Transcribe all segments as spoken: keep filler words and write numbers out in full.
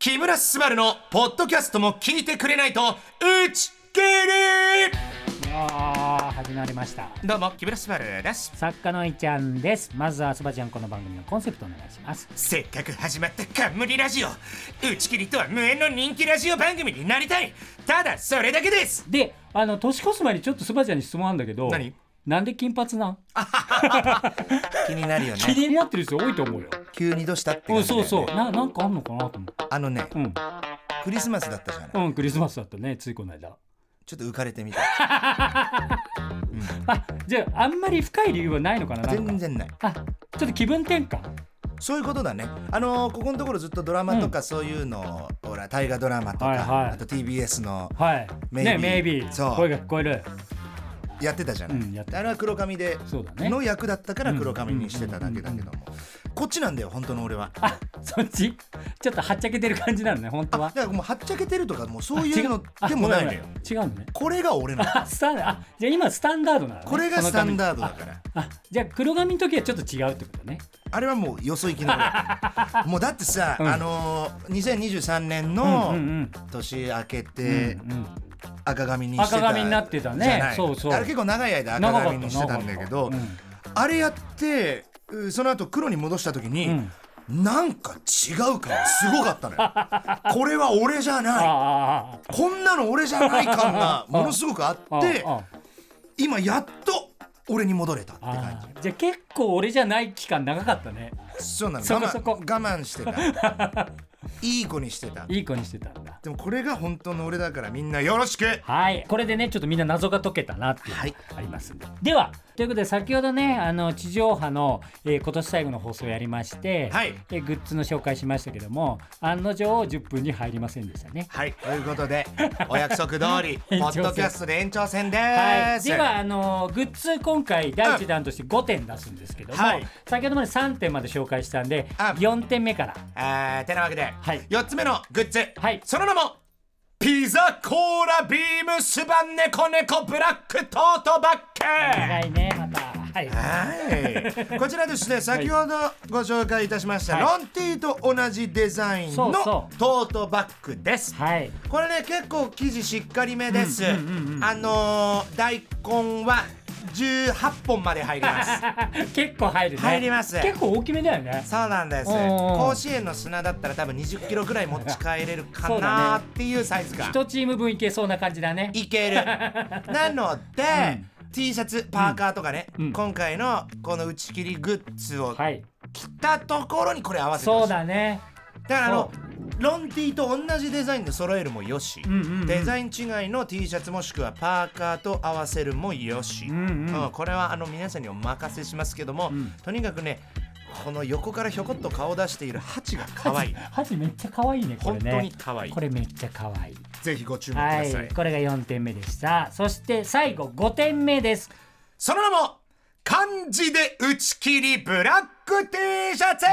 木村昴のポッドキャストも聞いてくれないと打ち切り。 あー始まりました。 どうも木村昴です。 作家のいちゃんです。まずはすばちゃん、この番組のコンセプトお願いします。 せっかく始まった冠ラジオ、打ち切りとは無縁の人気ラジオ番組になりたい、ただそれだけです。 で、あの年越す前にちょっとすばちゃんに質問あるんだけど、 何？ なんで金髪なん？ 気になるよね。 気になってる人多いと思うよ。 急にどうしたって感うん、 じだよね。 そうそう、な、なんかあんのかなと思って。 あのね、 うん、 クリスマスだったじゃない、 うん、クリスマスだったね、ついこの間。 ちょっと浮かれてみた、 うん、あ、じゃああんまり深い理由はないのかな。なんか全然ない。 あ、ちょっと気分転換。 そういうことだね。あのー、ここのところずっとドラマとかそういうの、うん、ほら大河ドラマとか、 はいはい、 あと ティービーエス のメイビー、ね、メイビー、そう声が聞こえるやってたじゃない、うん、やってあれは黒髪での役だったから黒髪にしてただけだけども、こっちなんだよ本当の俺は。 あ、そっちちょっとはっちゃけてる感じなのね本当は。 だからもうはっちゃけてるとかもうそういうのでもないのよ。 違うのね。 これが俺なの。 あ、スタンあ、じゃあ今スタンダードなのね。 これがスタンダードだから。 あ、じゃあ黒髪の時はちょっと違うってことね。 あれはもうよそ行きのもうだってさ、うん、あのー、にせんにじゅうさんねんの年明けて、うんうん、赤髪にしてた赤髪になってたね。そうそう。 あれ結構長い間赤髪にしてたんだけど、うん、あれやってその後黒に戻した時に、うん、なんか違う感すごかったのよ。これは俺じゃない、こんなの俺じゃない感がものすごくあって今やっと俺に戻れたって感じ。 じゃあ結構俺じゃない期間長かったね。 そうなの。 そこそこ我慢してたいい子にしてたいい子にしてたんだ。 でもこれが本当の俺だからみんなよろしく。 はい、これでねちょっとみんな謎が解けたなっていうのがありますんで、はい、ではということで先ほどねあの地上波の、えー、今年最後の放送をやりまして、はい、えー、グッズの紹介しましたけども案の定じゅっぷんに入りませんでしたね。 はいということでお約束通りポッドキャストで延長戦です、 はい、ではあのグッズ今回だいいち弾としてごてん出すんですけども、はい、先ほどまでさんてんまで紹介したんでよんてんめからあてなわけで、はい、よっつめのグッズ、はい、その名もピザコーラビームスバンネコネコブラックトートバッグ。 長いねまた。はい、 はいこちらですね先ほどご紹介いたしました、はい、ロンティーと同じデザインのトートバッグです。はい、これね結構生地しっかりめです、うんうんうんうん、あのー、大根はじゅうはっぽんまで入ります結構入るね。 入ります。 結構大きめだよね。 そうなんです。甲子園の砂だったら多分にじゅっキロぐらい持ち帰れるかなっていうサイズがいちチーム分いけそうな感じだね。 いけるなので、うん、T シャツパーカーとかね、うん、今回のこの打ち切りグッズを着たところにこれ合わせてほしい。 そうだね。 だからあのロンティーと同じデザインで揃えるもよし、うんうんうん、デザイン違いの T シャツもしくはパーカーと合わせるもよし、うんうんうん、これはあの皆さんにお任せしますけども、うん、とにかくねこの横からひょこっと顔出しているハチが可愛い。 ハチめっちゃ可愛いねこれね。 本当に可愛い。 これめっちゃ可愛い。 ぜひご注目ください。 はい、これがよんてんめでした。そして最後ごてんめです。 その名も漢字で打ち切りブラック T シャツ。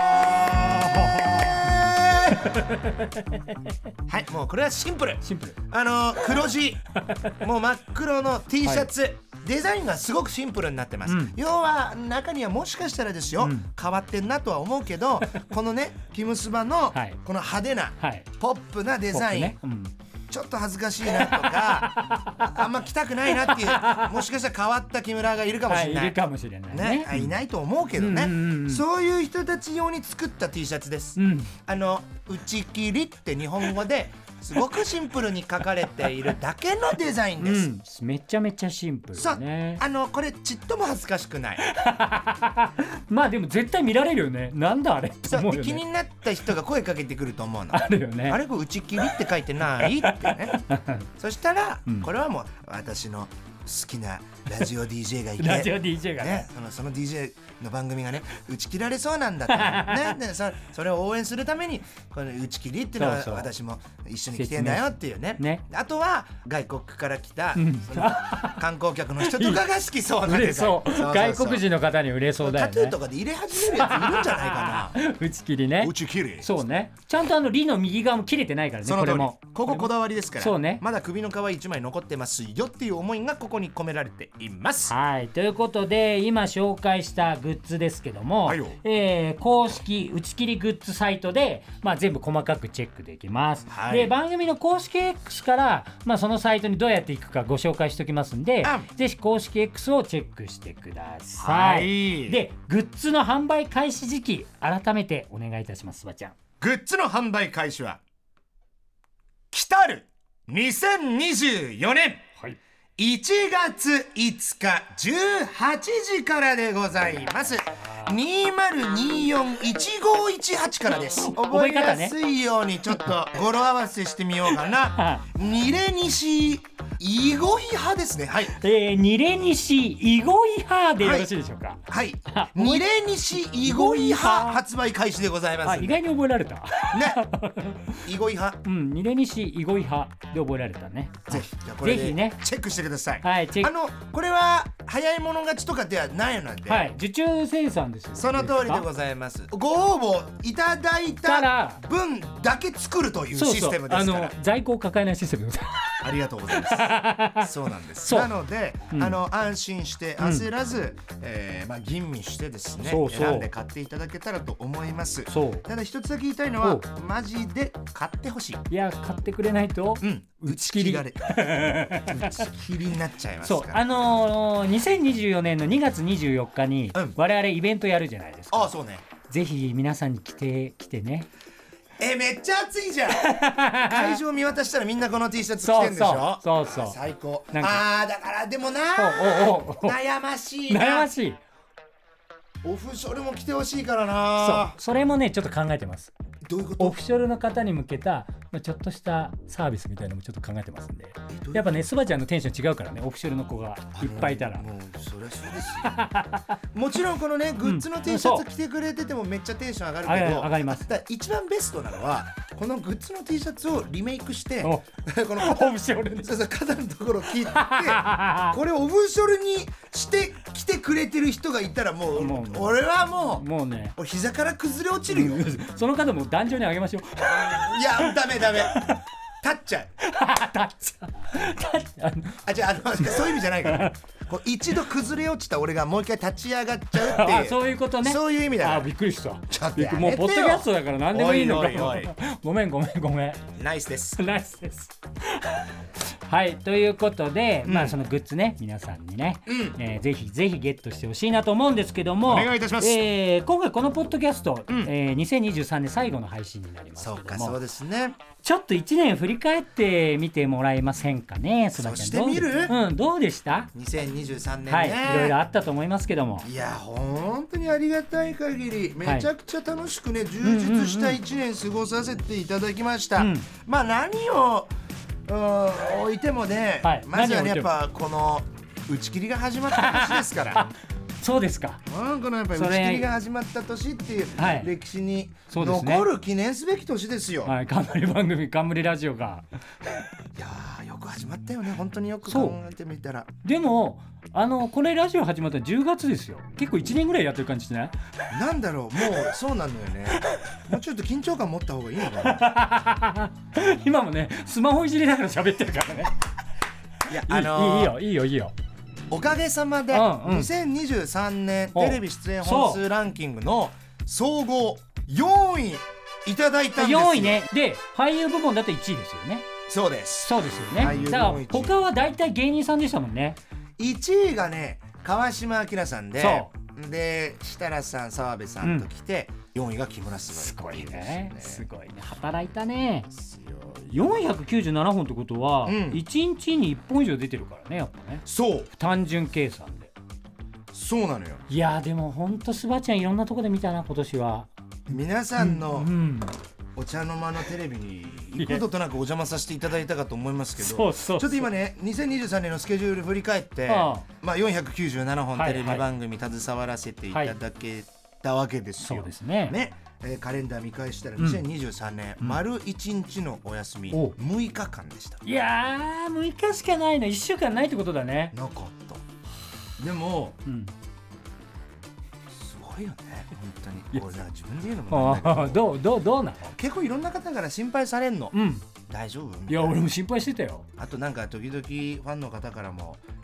はいもうこれはシンプルシンプルあの黒字もう真っ黒の T シャツ、はい、デザインがすごくシンプルになってます、うん、要は中にはもしかしたらですよ、うん、変わってんなとは思うけどこのねキムスバのこの派手な、はい、ポップなデザイン、ね、うん、ちょっと恥ずかしいなとかあんま着たくないなっていうもしかしたら変わった木村がいるかもしれない、 はい、いるかもしれないね、 ね、いないと思うけどね、うんうんうん、そういう人たち用に作った T シャツです、うん、あの打ち切りって日本語ですごくシンプルに書かれているだけのデザインです、 うん、めちゃめちゃシンプルだね。 そうあのこれちっとも恥ずかしくないまあでも絶対見られるよね。なんだあれって思うよね。 気になった人が声かけてくると思うの。 あるよね。 あれこれ打ち切りって書いてないってねそしたら、うん、これはもう私の好きなラジオ ディージェー がいてラジオ ディージェー がね、ねその、その ディージェー の番組がね打ち切られそうなんだって、ね、で そ, それを応援するためにこの打ち切りっていうのはそうそう私も一緒に来てんだよっていう ね, ねあとは外国から来た、うん、その観光客の人とかが好きそうな売れそうそうそうそう外国人の方に売れそうだよね。 タトゥーとかで入れ始めるやついるんじゃないかな打ち切りね。 打ち切りそうね。ちゃんとあのリの右側も切れてないからね。 そのこれもこここだわりですから。 そうね。 まだ首の皮一枚残ってますよっていう思いがこここに込められています。 はいということで今紹介したグッズですけども、はいえー、公式打ち切りグッズサイトで、まあ、全部細かくチェックできます、はい、で番組の公式 X から、まあ、そのサイトにどうやっていくかご紹介しておきますんで、ぜひ公式 X をチェックしてください、はい、でグッズの販売開始時期改めてお願いいたします。すばちゃん、 グッズの販売開始は来たるにせんにじゅうよねん、はい、いちがついつかじゅうはちじからでございます。にまるによんいちごいちはちからです。覚えやすいようにちょっと語呂合わせしてみようかな。ニレニシイゴイハですね。はい、 えー、ニレニシイゴイハでよろしいでしょうか。 はい、はい、ニレニシイゴイハ発売開始でございます。 意外に覚えられたね。 イゴイハ、 うん、ニレニシイゴイハで覚えられたね。 ぜひじゃあこれでねチェックしてください。 はい、チェック。 あのこれは早い者勝ちとかではないので、 はい、受注生産ですよ。 その通りでございます。ご応募いただいた分だけ作るというシステムですから。 そうそう、あの在庫を抱えないシステムです。 ありがとうございます。そうなんです。なので、うん、あの安心して焦らず、うん、えー、まあ吟味してですね、そうそう選んで買っていただけたらと思います。そうただ一つだけ言いたいのはマジで買ってほしい。 いや買ってくれないと、うん、 打ち切り打ち切りになっちゃいますから。 そうあのー、にせんにじゅうよねんのにがつにじゅうよっかに、うん、我々イベントやるじゃないですか。 ああそうね。 ぜひ皆さんに来て来てね。 えめっちゃ暑いじゃん。会場見渡したらみんなこの T シャツ着てんでしょ。 そうそうそうそう、 最高。ああだからでもなおおお悩ましいな。 悩ましい。 オフショルも来てほしいからな。 そうそれもねちょっと考えてます。 どういうこと？ オフショルの方に向けた、まあ、ちょっとしたサービスみたいなのもちょっと考えてますんで。やっぱねスバちゃんのテンション違うからね、オフショルの子がいっぱいいたら。 もうそりゃそうですよ。もちろんこのねグッズの T シャツ着てくれててもめっちゃテンション上がるけど、 上がります。 だ一番ベストなのはこのグッズの T シャツをリメイクしてこのオフショルにそうそう肩のところを切ってこれをオフショルにして来てくれてる人がいたらもう、もう俺はもうもうね膝から崩れ落ちるよ。 その方も壇上にあげましょう。 いやダメダメ立っちゃう。 立っちゃう。 あじゃああのそういう意味じゃないからこう一度崩れ落ちた俺がもう一回立ち上がっちゃうっていう。 あそういうことね。 そういう意味だから。 あびっくりした。 ちょっとやめてよ。 もうポッドキャストだから何でもいいのか。 おいおいおいごめんごめんごめん。 ナイスですナイスです。はいということで、うん、まあそのグッズね皆さんにね、うんえー、ぜひぜひゲットしてほしいなと思うんですけども、 お願いいたします。 えー、今回このポッドキャスト、うんえー、にせんにじゅうさんねん最後の配信になりますけども、 そうかそうですね。 ちょっといちねん振り返ってみてもらえませんかね。すばちゃんしてみる？ うん、どうでした？ にせんにじゅうさんねんね、 はい、いろいろあったと思いますけども、 いや本当にありがたい限りめちゃくちゃ楽しくね、はい、充実したいちねん過ごさせていただきました、うん、まあ何を置いてもね、はい、まずはねやっぱこの打ち切りが始まった年ですからそうですか。 うん、このやっぱり打ち切りが始まった年っていう歴史に残る記念すべき年ですよ。 はい、冠番組冠ラジオがいやーよく始まったよね。本当によく考えてみたら。 でもあのこれラジオ始まったのじゅうがつですよ。結構いちねんぐらいやってる感じしない？ なんだろうもうそうなんだよね。もうちょっと緊張感持った方がいいのかな。 今もねスマホいじりながら喋ってるからね。いやあのー、いいよいいよいいよ。 おかげさまでにせんにじゅうさんねんテレビ出演本数ランキングの総合よんいいただいたんですよ。 よんいね。で俳優部門だといちいですよね。 そうですそうですよね。だから他は大体芸人さんでしたもんね。 いちいがね川島明さんで、そうで設楽さん澤部さんときて、うん、よんいが木村昴。 すごいねすごいね働いたね。よんひゃくきゅうじゅうななほんってことは、うん、いちにちにいっぽん以上出てるからねやっぱね。 そう単純計算でそうなのよ。 いやでもほんとスバちゃんいろんなとこで見たな今年は。 皆さんの、うんうんお茶の間のテレビに幾度となくお邪魔させていただいたかと思いますけどそうそうそうちょっと今ねにせんにじゅうさんねんのスケジュール振り返ってああ、まあ、よんひゃくきゅうじゅうななほんテレビ番組携わらせていただけたわけですよ、 はいはい、そうですねね、えー、カレンダー見返したらにせんにじゅうさんねん、うん、丸いちにちのお休み、うん、むいかかんでした。 いやーむいかしかないのいっしゅうかんないってことだね。 なかったでも、うんすごいよね本当に。これ自分で言うのもなんだけどどうどうどうなの？ 結構いろんな方から心配されんの、うん、大丈夫？ いや俺も心配してたよ。 あとなんか時々ファンの方からも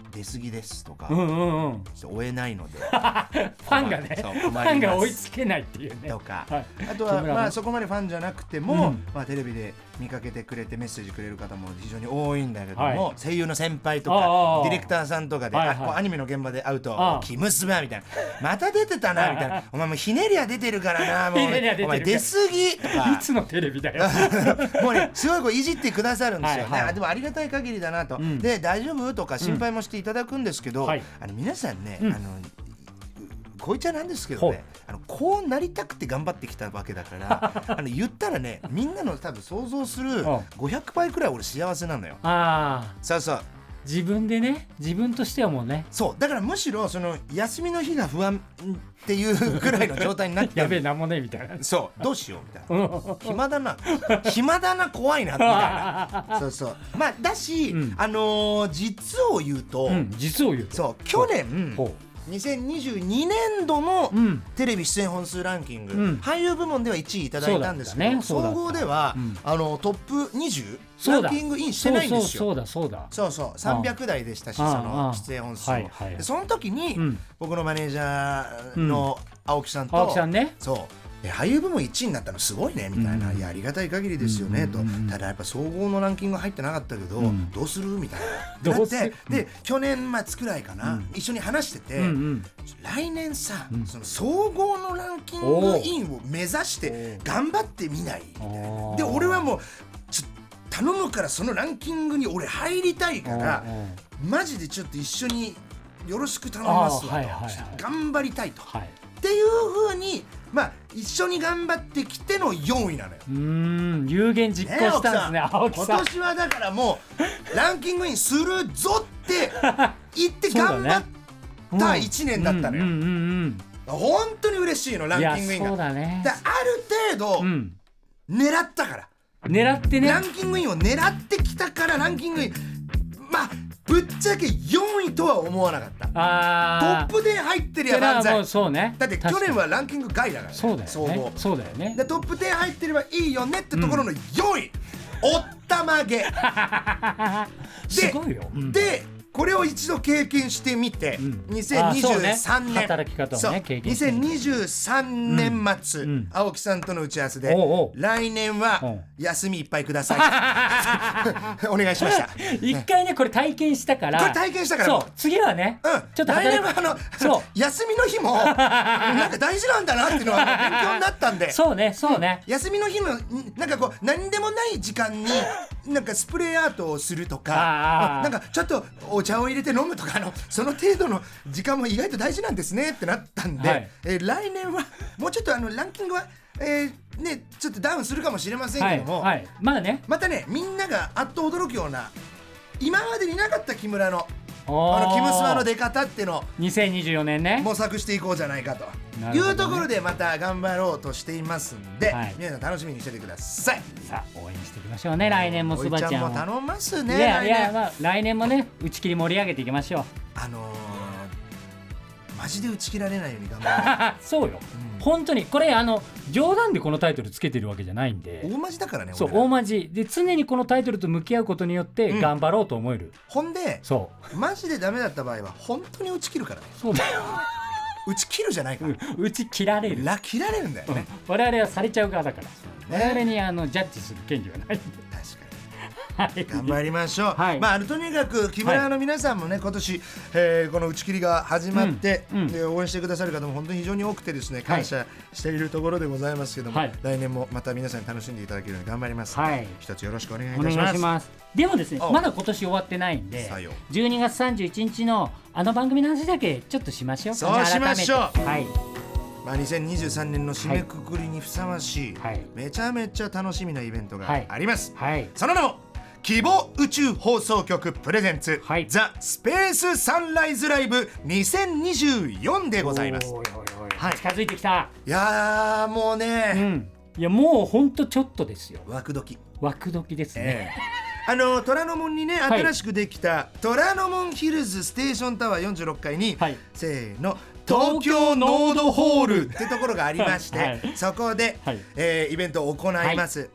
出過ぎですとか、 うんうんうん、 追えないのでファンがねファンが追いつけないっていうねとか、はい、あとは、まあ、そこまでファンじゃなくても、うんまあ、テレビで見かけてくれてメッセージくれる方も非常に多いんだけども、はい、声優の先輩とかディレクターさんとかで、はいはい、あこうアニメの現場で会うとキムスバみたいなまた出てたなみたいなお前もうひねりは出てるからなもうお前出過ぎとかいつのテレビだよもうねすごいこういじってくださるんですよ、はいはい、でもありがたい限りだなと、うん、で大丈夫とか心配もしていただくんですけど、うんはい、あの皆さんね、うん、あのこいつはなんですけどねあのこうなりたくて頑張ってきたわけだからあの言ったらねみんなの多分想像するごひゃくばいくらい俺幸せなのよ。あそうそう自分でね自分としてはもうねそうだからむしろその休みの日が不安っていうくらいの状態になってやべえなんもねえみたいなそうどうしようみたいな暇だな暇だな怖いなみたいなそうそうまあだし、うん、あのー、実を言うと、うん、 実を言うとそう去年にせんにじゅうにねんどのテレビ出演本数ランキング、うん、俳優部門ではいちいいただいたんですけど、ね、総合では、うん、あのトップにじゅうランキングインしてないんですよ。 そうだそうだそうそうさんびゃくだいでしたしその出演本数も、はいはい、でその時に、うん、僕のマネージャーの青木さんと、 青木さんねそう俳優部門いちいになったのすごいねみたいな、うん、いやありがたい限りですよね、うん、とただやっぱ総合のランキング入ってなかったけど、うん、どうするみたいなどうしてで、うん、去年末くらいかな、うん、一緒に話してて、うんうん、来年さ、うん、その総合のランキングインを目指して頑張ってみないみたいなで俺はもうちょ頼むからそのランキングに俺入りたいからマジでちょっと一緒によろしく頼みますわと、はいはいはい、頑張りたいと、はい、っていう風にまあ一緒に頑張ってきてのよんいなのよ。 うーん有言実行したんですね、青木さん。 今年はだからもうランキングインするぞって言って頑張ったいちねんだったのよ。本当に嬉しいのランキングインが。 そうだね。 だある程度、うん、狙ったから。 狙ってね。 ランキングインを狙ってきたからランキングインまあ。ぶっちゃけよんいとは思わなかった。あトップじゅう入ってりゃ万歳。 そうね、 だって去年はランキング外だからね。 そうだよね。そうだよね。 でトップじゅう入ってればいいよねってところのよんい、うん、おったまげすごいよ、 うん、でこれを一度経験してみて、うん、にせんにじゅうさんねん、 ね、働き方をね経験してにせんにじゅうさんねん末、うん、青木さんとの打ち合わせで、おうおう来年は休みいっぱいくださいお願いしました。 一回ねこれ体験したからこれ体験したからそう次はね、うん、ちょっと来年はあのそう休みの日もなんか大事なんだなっていうのは勉強になったんでそうねそうね、 うん、休みの日のなんかこう何でもない時間になんかスプレーアートをするとかなんかちょっとお茶を入れて飲むとかのその程度の時間も意外と大事なんですねってなったんで、はい、えー、来年はもうちょっとあのランキングは、えーね、ちょっとダウンするかもしれませんけども、はいはい、 まあね、 またねみんながあっと驚くような今までになかった木村のあのキムスワの出方っていうのをにせんにじゅうよねんね模索していこうじゃないかというところでまた頑張ろうとしていますんで、はい、皆さん楽しみにしててください。 さあ応援していきましょうね来年もスバちゃんを。おいちゃんも頼ますね。 いやいや、まあ、来年もね打ち切り盛り上げていきましょう。 あのー、マジで打ち切られないように頑張るそうよ、うん、本当にこれあの冗談でこのタイトルつけてるわけじゃないんで大マジだからね。 そう大マジで常にこのタイトルと向き合うことによって頑張ろうと思える、うん、 ほんでそうマジでダメだった場合は本当に打ち切るからね。 そうだよ打ち切るじゃないから、 うん、打ち切られるら切られるんだよね、 うん、我々はされちゃう側だから、ね、我々にあのジャッジする権利はないんで。 確かに頑張りましょう、はい、まあ、あのとにかく木村の皆さんもね、はい、今年、えー、この打ち切りが始まって、うんうん、で応援してくださる方も本当に非常に多くてですね感謝しているところでございますけども、はい、来年もまた皆さんに楽しんでいただけるように頑張りますので、はい、一つよろしくお願いいたします。お願いします。 でもですねまだ今年終わってないんでじゅうにがつさんじゅういちにちのあの番組の話だけちょっとしましょうか、ね、 そうしましょう。 はい、 まあ、にせんにじゅうさんねんの締めくくりにふさわしい、はい、めちゃめちゃ楽しみなイベントがあります、はいはい、その名も希望宇宙放送局プレゼンツ、はい、ザ・スペースサンライズライブにせんにじゅうよんでございます。おいおいおい、 はい、近づいてきた。 いやーもうね、うん、 いやもうほんとちょっとですよ。 ワクドキワクドキですね、 えー、あの虎ノ門にね新しくできた、はい、虎ノ門ヒルズステーションタワーよんじゅうろっかいに、はい、せーの東京ノードホールってところがありまして、はい、そこで、はい、えー、イベントを行います、はい。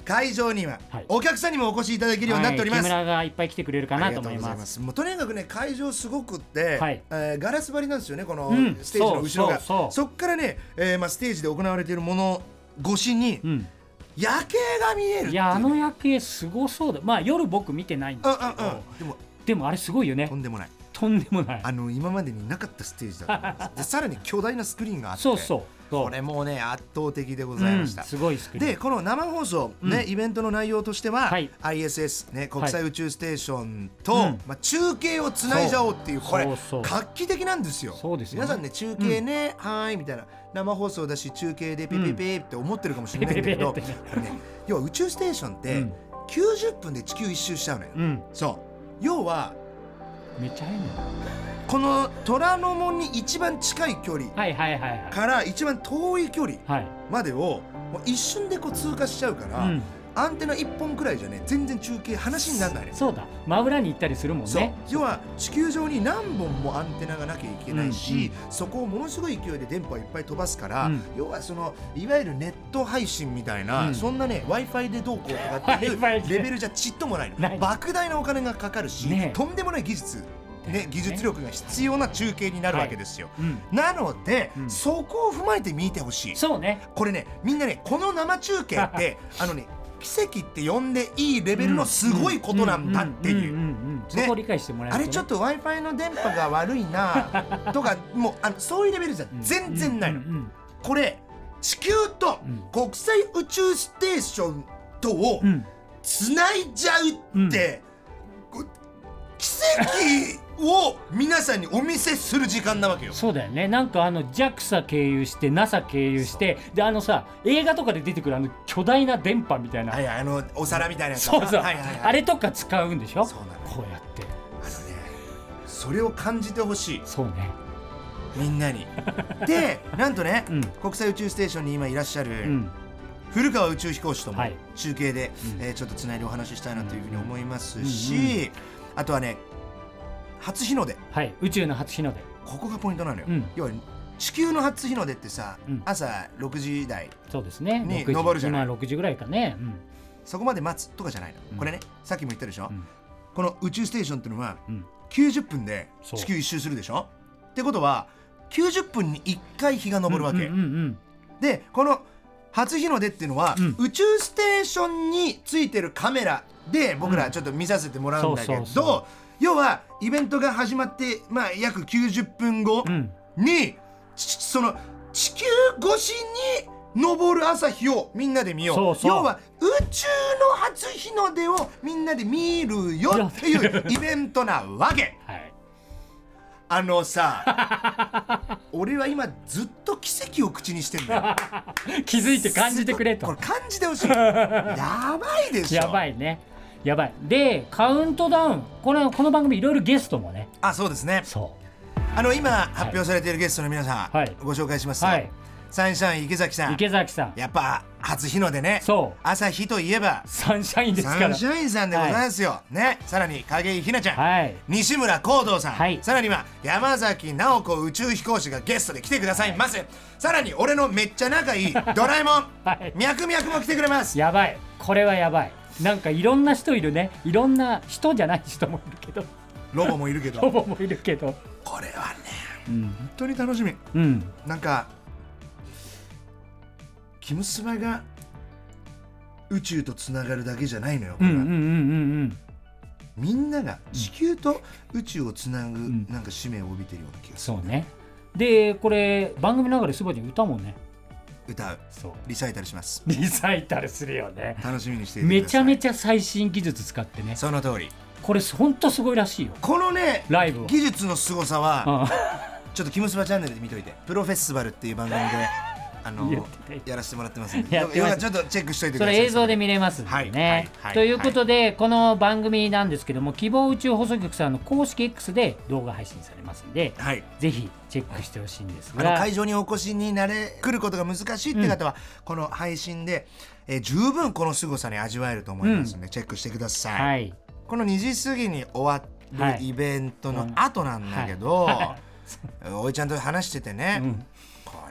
会場にはお客さんにもお越しいただけるようになっております、 はい、木村がいっぱい来てくれるかなと思います。 もうとにかくね会場すごくって、はい、えー、ガラス張りなんですよねこのステージの後ろが、うん、そうそうそう、そっからね、えーまあ、ステージで行われているもの越しに、うん、夜景が見えるっていう、ね、 いやあの夜景すごそうだ。まあ夜僕見てないんですけど、うんうんうん、でもでもあれすごいよね。 とんでもないとんでもない、 あの今までになかったステージだったんですでさらに巨大なスクリーンがあって、 そうそうこれもうね圧倒的でございました、うん、 すごいスクリーンでこの生放送、ね、うん、イベントの内容としては、はい、アイエスエス、ね、国際宇宙ステーションと、はい、まあ、中継をつないじゃおうっていう、これ画期的なんですよ。 そうですよね、 皆さんね中継ね、うん、はーいみたいな生放送だし中継でペペペって思ってるかもしれないんだけど、うん、これね要は宇宙ステーションってきゅうじゅっぷんで地球一周しちゃうのよ、うん、そう要はめっちゃ早いのこの虎ノ門に一番近い距離から一番遠い距離までをもう一瞬でこう通過しちゃうから、うん、アンテナいっぽんくらいじゃね全然中継話にならないね。 そうだ、真裏に行ったりするもんね。 要は地球上に何本もアンテナがなきゃいけないし、うんうん、そこをものすごい勢いで電波をいっぱい飛ばすから、うん、要はそのいわゆるネット配信みたいな、うん、そんなね Wi-Fi でどうこうとかっていうレベルじゃちっともないの。莫大なお金がかかるし、ね、とんでもない技術ね、技術力が必要な中継になるわけですよ、はい、うん、なので、うん、そこを踏まえて見てほしい。 そうね、 これねみんなねこの生中継ってあのね奇跡って呼んでいいレベルのすごいことなんだっていうそこを理解してもらえると、ね、 あれちょっと Wi-Fi の電波が悪いなとかもうあのそういうレベルじゃ全然ないの、うんうんうん、これ地球と国際宇宙ステーションとをつないじゃうって、うんうん、奇跡を皆さんにお見せする時間なわけよ。 そうだよね。なんかあの ジャクサ 経由して ナサ 経由してであのさ映画とかで出てくるあの巨大な電波みたいな、 はい、あのお皿みたいなやつ、 そうそう、はいはいはい、あれとか使うんでしょ。 そうなの、 こうやってあのねそれを感じてほしい。 そうねみんなにでなんとね、うん、国際宇宙ステーションに今いらっしゃる、うん、古川宇宙飛行士とも中継で、はい、えー、ちょっとつないでお話ししたいなというふうに思いますし、うんうんうん、あとはね初日の出、 はい、宇宙の初日の出、 ここがポイントなのよ、うん、要は地球の初日の出ってさ、うん、朝ろくじ台に昇るじゃない。 今ろくじぐらいかね、うん、 そこまで待つとかじゃないの、うん、これねさっきも言ったでしょ、うん、この宇宙ステーションっていうのは、うん、きゅうじゅっぷんで地球一周するでしょってことはきゅうじゅっぷんにいっかい日が昇るわけ、うんうんうんうん、でこの初日の出っていうのは、うん、宇宙ステーションについてるカメラで僕らちょっと見させてもらうんだけど、うんそうそうそう、要はイベントが始まって、まあ、約きゅうじゅっぷんごに、うん、その地球越しに昇る朝日をみんなで見よう。そうそう、要は宇宙の初日の出をみんなで見るよっていうイベントなわけ、はい、あのさ俺は今ずっと奇跡を口にしてんだよ気づいて感じてくれと。 これ感じてほしいやばいでしょ。 やばいね、やばい。でカウントダウン、これこの番組いろいろゲストもね。 あ、そうですね。 そうあの今発表されているゲストの皆さん、はい、ご紹介しますと、はい、サンシャイン池崎さん。 池崎さんやっぱ初日の出ね。 そう朝日といえばサンシャインですから。 サンシャインさんでございますよ、はい、ね。さらに景井ひなちゃん、はい、西村光堂さん、はい、さらには山崎直子宇宙飛行士がゲストで来てくださいます、はい、さらに俺のめっちゃ仲いいドラえもん、はい、ミャクミャクも来てくれます。 やばい、これはやばい。なんかいろんな人いるね。いろんな人じゃない人もいるけどロボもいるけどロボもいるけどこれはね、うん、本当に楽しみ、うん、なんかキムスバが宇宙とつながるだけじゃないのよ、これは、うんうんうんうん、みんなが地球と宇宙をつなぐなんか使命を帯びてるような気がする、ね、 そうね。でこれ番組の中ですごい歌もね歌う。そうリサイタルします。 リサイタルするよね。 楽しみにしていてください。 めちゃめちゃ最新技術使ってね。 その通り。 これほんとすごいらしいよ。このねライブ技術の凄さはちょっとキムスバチャンネルで見といて、プロフェッシバルっていう番組であのやらせてもらってますんで、よかったらちょっとチェックしといてください。 それ映像で見れますんでね、はいはいはい、ということで、はい、この番組なんですけども希望宇宙放送局さんの公式 X で動画配信されますんで、はい、ぜひチェックしてほしいんですが、 あの会場にお越しになれ来ることが難しいって方は、うん、この配信で、えー、十分この凄さに味わえると思いますので、うん、チェックしてください、はい、このにじ過ぎに終わるイベントの後なんだけど、はいはい、おいちゃんと話しててね、うん、こ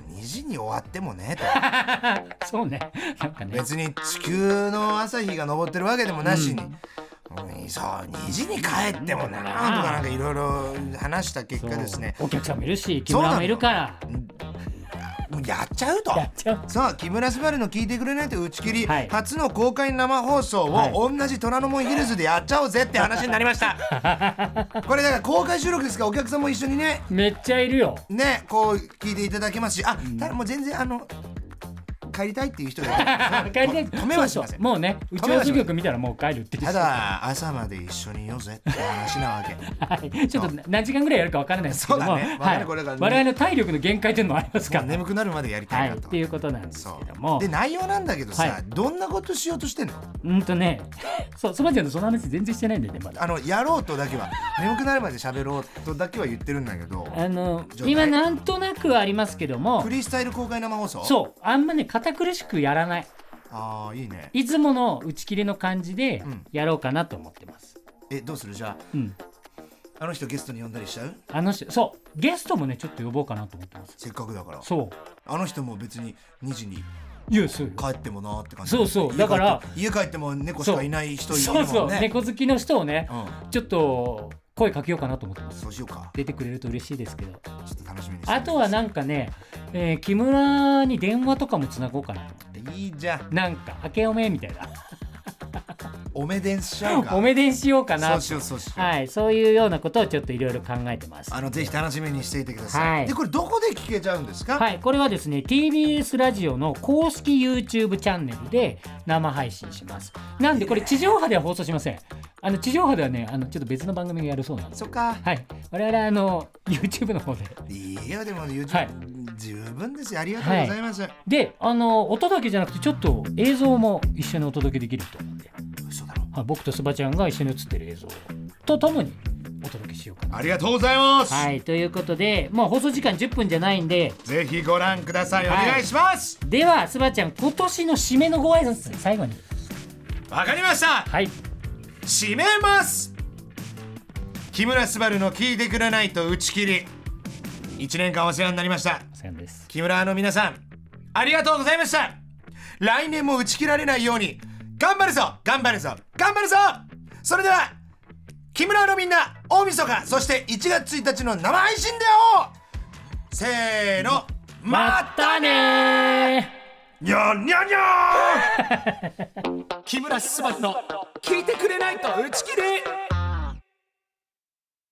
にじに終わってもねとそうね、なんかね別に地球の朝日が昇ってるわけでもなしに、うんうん、そうにじに帰ってもなとかなんかいろいろ話した結果ですね、 お客さんもいるし木村もいるからもうやっちゃうと。 やっちゃう。 さあ木村昴の聞いてくれないと打ち切り、 はい、 初の公開生放送を同じ虎ノ門ヒルズでやっちゃおうぜって話になりましたこれだから公開収録ですからお客さんも一緒にねめっちゃいるよねこう聞いていただけますし、あ、うん、ただもう全然あの帰りたいっていう人が帰りたい止めはしません。 そうそうもうねうちの局見たらもう帰るってただ朝まで一緒にいようぜって話なわけはい、ちょっと何時間ぐらいやるか分からないですけども、そうだね、はい、これがね、我々の体力の限界というのもありますから、 眠くなるまでやりたいなと、 はい、っていうことなんですけども、 で内容なんだけどさ、はい、どんなことしようとしてんの？ うんとねそうそばちゃんのその話全然してないんだよねまだ。 あのやろうとだけは眠くなるまで喋ろうとだけは言ってるんだけど、 あの今なんとなくはありますけども、 フリースタイル公開生放送、 そうあんまね堅苦しくやらない、 あーいいね、 いつもの打ち切りの感じでやろうかなと思ってます、 うん、えどうするじゃあ、うん、あの人ゲストに呼んだりしちゃう？ あの人そうゲストもねちょっと呼ぼうかなと思ってます。 せっかくだから。 そうあの人も別ににじにいやそう帰ってもなって感じ。 そうそうだから家帰っても猫しかいない人いるもんね。 そうそう猫好きの人をね、 うん、 ちょっと声かけようかなと思ってます。 そうしようか。 出てくれると嬉しいですけど、ちょっと楽しみにして。 あとはなんかね、えー、木村に電話とかもつなごうかなと思って。 いいじゃん。 なんか明けおめみたいなおめでんしちゃうか。 おめでんしようかな。 そうしようそうしよう。 はい、そういうようなことをちょっといろいろ考えてます。 あのぜひ楽しみにしていてください。はい、でこれどこで聞けちゃうんですか？ はい、これはですね ティービーエス ラジオの公式 YouTube チャンネルで生配信します。なんでこれ地上波では放送しません。あの地上波ではねあのちょっと別の番組がやるそうなんです。 そっか。 はい。我々あの YouTube の方で。 いいよでも YouTube、はい、十分ですよ。ありがとうございます。はい、 であの音だけじゃなくてちょっと映像も一緒にお届けできると思うんで。 そうだろう。 はい、僕とスバちゃんが一緒に映ってる映像とともにお届けしようかな。 ありがとうございます。 はい、ということでもう放送時間じゅっぷんじゃないんでぜひご覧ください。お願いします。 はい、ではスバちゃん今年の締めのご挨拶最後に。 わかりました。 はい。 締めます。木村昴の聞いてくれないと打ち切りいちねんかんお世話になりました。 お世話です。 木村の皆さんありがとうございました。来年も打ち切られないように頑張るぞ頑張るぞ頑張るぞ。それでは木村のみんな大晦日そしていちがつついたちの生配信でよ。せーのまたねー。にゃんにゃんにゃー木村昴の聞いてくれないと打ち切り。